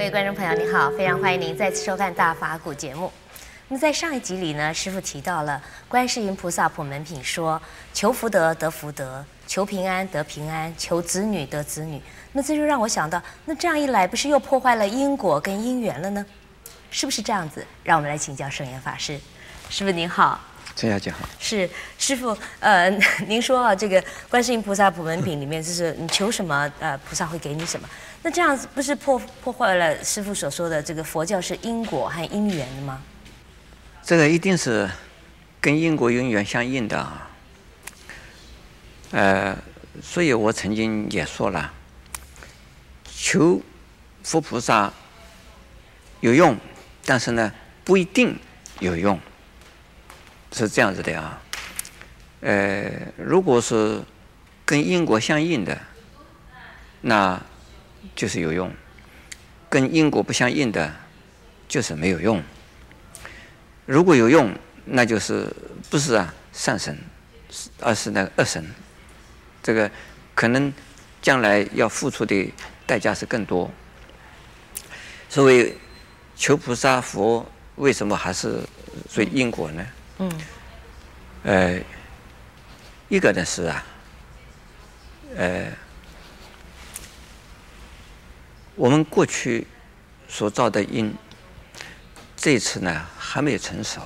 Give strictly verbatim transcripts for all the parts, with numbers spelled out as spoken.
各位观众朋友，你好，非常欢迎您再次收看《大法古》节目。那么在上一集里呢，师父提到了观世音菩萨普门品说，求福德得福德，求平安得平安，求子女得子女。那这就让我想到，那这样一来，不是又破坏了因果跟因缘了呢？是不是这样子？让我们来请教圣严法师。师父您好。 陈小姐好， 是师父，呃，您说啊，这个观世音菩萨普门品里面，就是你求什么，呃，菩萨会给你什么。那这样子不是破破坏了师父所说的这个佛教是因果和因缘的吗？ 这个一定是跟因果因缘相应的啊。呃，所以我曾经也说了，求佛菩萨有用，但是呢，不一定有用。是这样子的啊，呃，如果是跟因果相应的，那就是有用；跟因果不相应的，就是没有用。如果有用，那就是不是啊善神，而是那个恶神。这个可能将来要付出的代价是更多。所谓求菩萨佛，为什么还是属于因果呢？嗯，呃，一个呢是啊，呃，我们过去所造的因，这一次呢还没有成熟。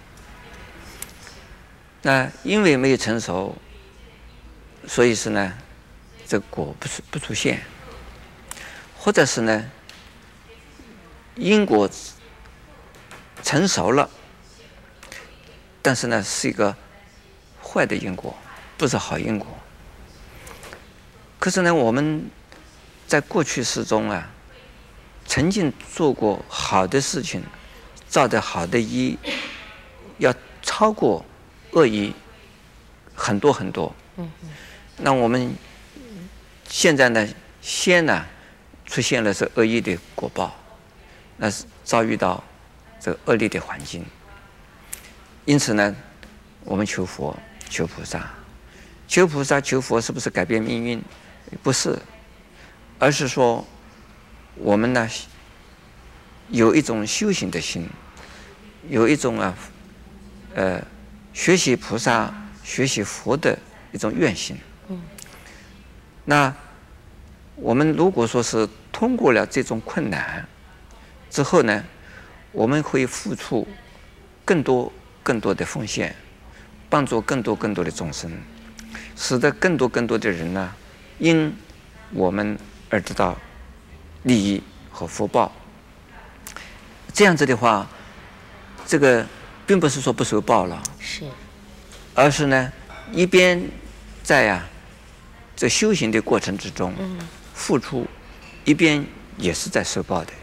那因为没有成熟，所以是呢，这果不是不出现，或者是呢，因果成熟了。但是呢，是一个坏的因果，不是好因果。可是呢，我们在过去世中啊，曾经做过好的事情，造的好的因，要超过恶因很多很多。嗯嗯。那我们现在呢，先呢出现了是恶因的果报，那是遭遇到这个恶劣的环境。因此呢，我们求佛、求菩萨、求菩萨、求佛，是不是改变命运？不是，而是说我们呢有一种修行的心，有一种啊呃学习菩萨、学习佛的一种愿心。嗯。那我们如果说是通过了这种困难之后呢，我们会付出更多。更多的奉献，帮助更多更多的众生，使得更多更多的人呢，因我们而得到利益和福报。这样子的话，这个并不是说不受报了， 是， 而是呢，一边在呀、啊、这修行的过程之中付出，一边也是在受报的。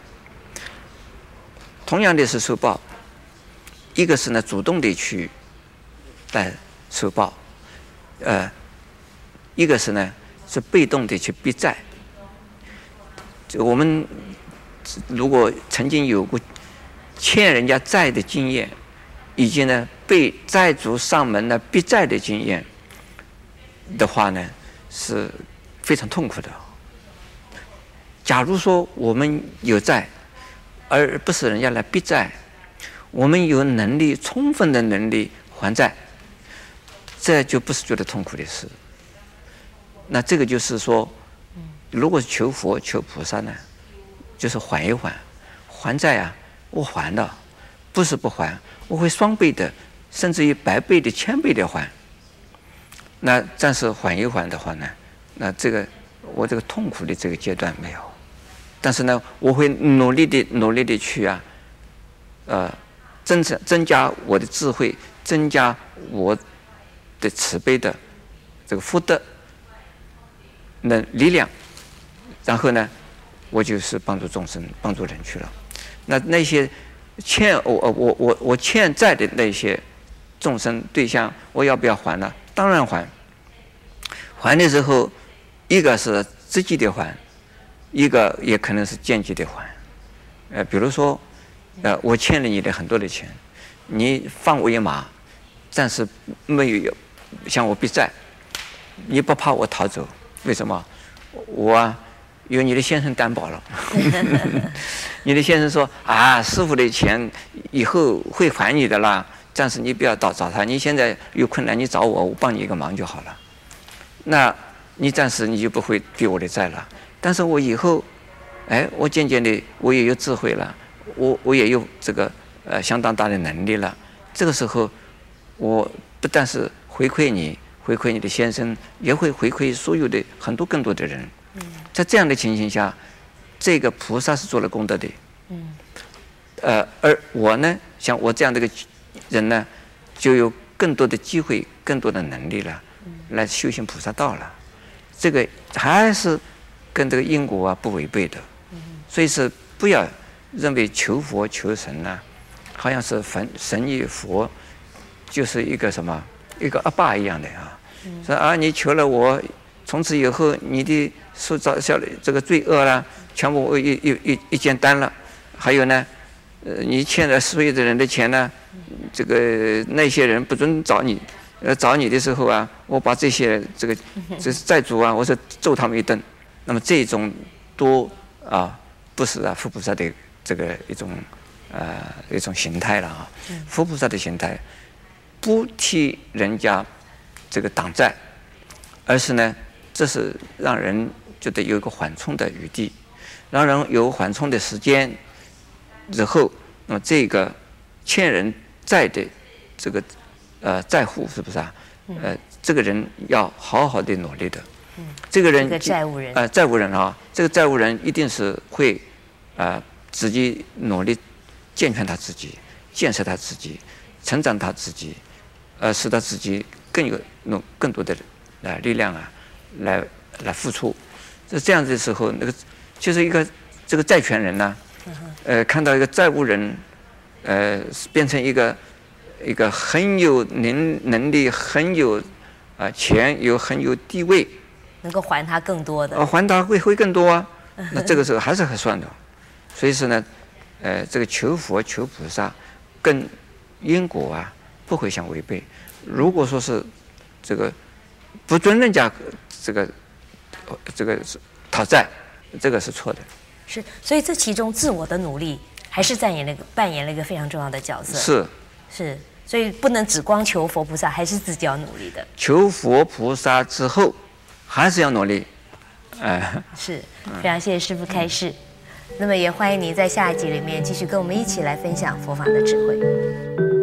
同样的是受报。一个是呢，主动的去来受报，呃，一个是呢是被动的去逼债。就我们如果曾经有过欠人家债的经验，以及呢被债主上门呢逼债的经验的话呢，是非常痛苦的。假如说我们有债，而不是人家来逼债。我们有能力，充分的能力还债，这就不是觉得痛苦的事。那这个就是说，如果求佛求菩萨呢，就是还一还，还债啊，我还了，不是不还，我会双倍的，甚至于百倍的、千倍的还。那暂时还一还的话呢，那这个我这个痛苦的这个阶段没有，但是呢，我会努力的、努力的去啊，呃。增增加我的智慧，增加我的慈悲的这个福德的力量，然后呢，我就是帮助众生、帮助人去了。那那些欠我我我我欠债的那些众生对象，我要不要还呢？当然还。还的时候，一个是直接的还，一个也可能是间接的还。呃，比如说。呃，我欠了你的很多的钱，你放我一马，暂时没有向我逼债，你不怕我逃走？为什么？我啊由你的先生担保了。你的先生说啊，师傅的钱以后会还你的啦，暂时你不要到找他，你现在有困难你找我，我帮你一个忙就好了。那你暂时你就不会抵我的债了。但是我以后，哎，我渐渐的我也有智慧了，我我也有这个呃相当大的能力了。这个时候，我不但是回馈你，回馈你的先生，也会回馈所有的很多更多的人。在这样的情形下，这个菩萨是做了功德的。嗯。呃，而我呢，像我这样的一个人呢，就有更多的机会、更多的能力了，来修行菩萨道了。这个还是跟这个因果啊不违背的。所以是不要认为求佛求神呢、啊，好像是神神与佛就是一个什么一个阿爸一样的啊。说啊，你求了我，从此以后你的受造下的这个罪恶啦，全部一一一一简单了。还有呢，呃，你欠了所有的人的钱呢，这个那些人不准找你，呃，找你的时候啊，我把这些这个这是债主啊，我说揍他们一顿。那么这种都啊不是啊佛菩萨的这个一种呃一种形态了啊。佛菩萨的形态不替人家这个挡债，而是呢，这是让人觉得有一个缓冲的余地，让人有缓冲的时间。之后，那么这个欠人债的这个呃债户是不是啊？呃，这个人要好好的努力的。嗯，这个人这个债务人呃债务人啊，这个债务人一定是会啊、呃、自己努力健全他自己，建设他自己，成长他自己，呃，使他自己更有弄更多的呃力量啊，来来付出。这这样子的时候，那个就是一个这个债权人呢、啊。呃，看到一个债务人，呃，变成一个一个很有能能力、很有啊、呃、钱、有很有地位， 能够还他更多的， 呃，还他会会更多啊。那这个时候还是合算的。所以说呢，呃，这个求佛求菩萨跟因果啊不会相违背。如果说是这个不准人家这个这个讨债，这个是错的。 是，所以这其中自我的努力还是扮演了扮演了一个非常重要的角色。 是， 是，所以不能只光求佛菩萨，还是自己要努力的。 求佛菩萨之后，还是要努力。哎、呃， 是，非常谢谢师父开示。那么也欢迎您在下一集里面继续跟我们一起来分享佛法的智慧。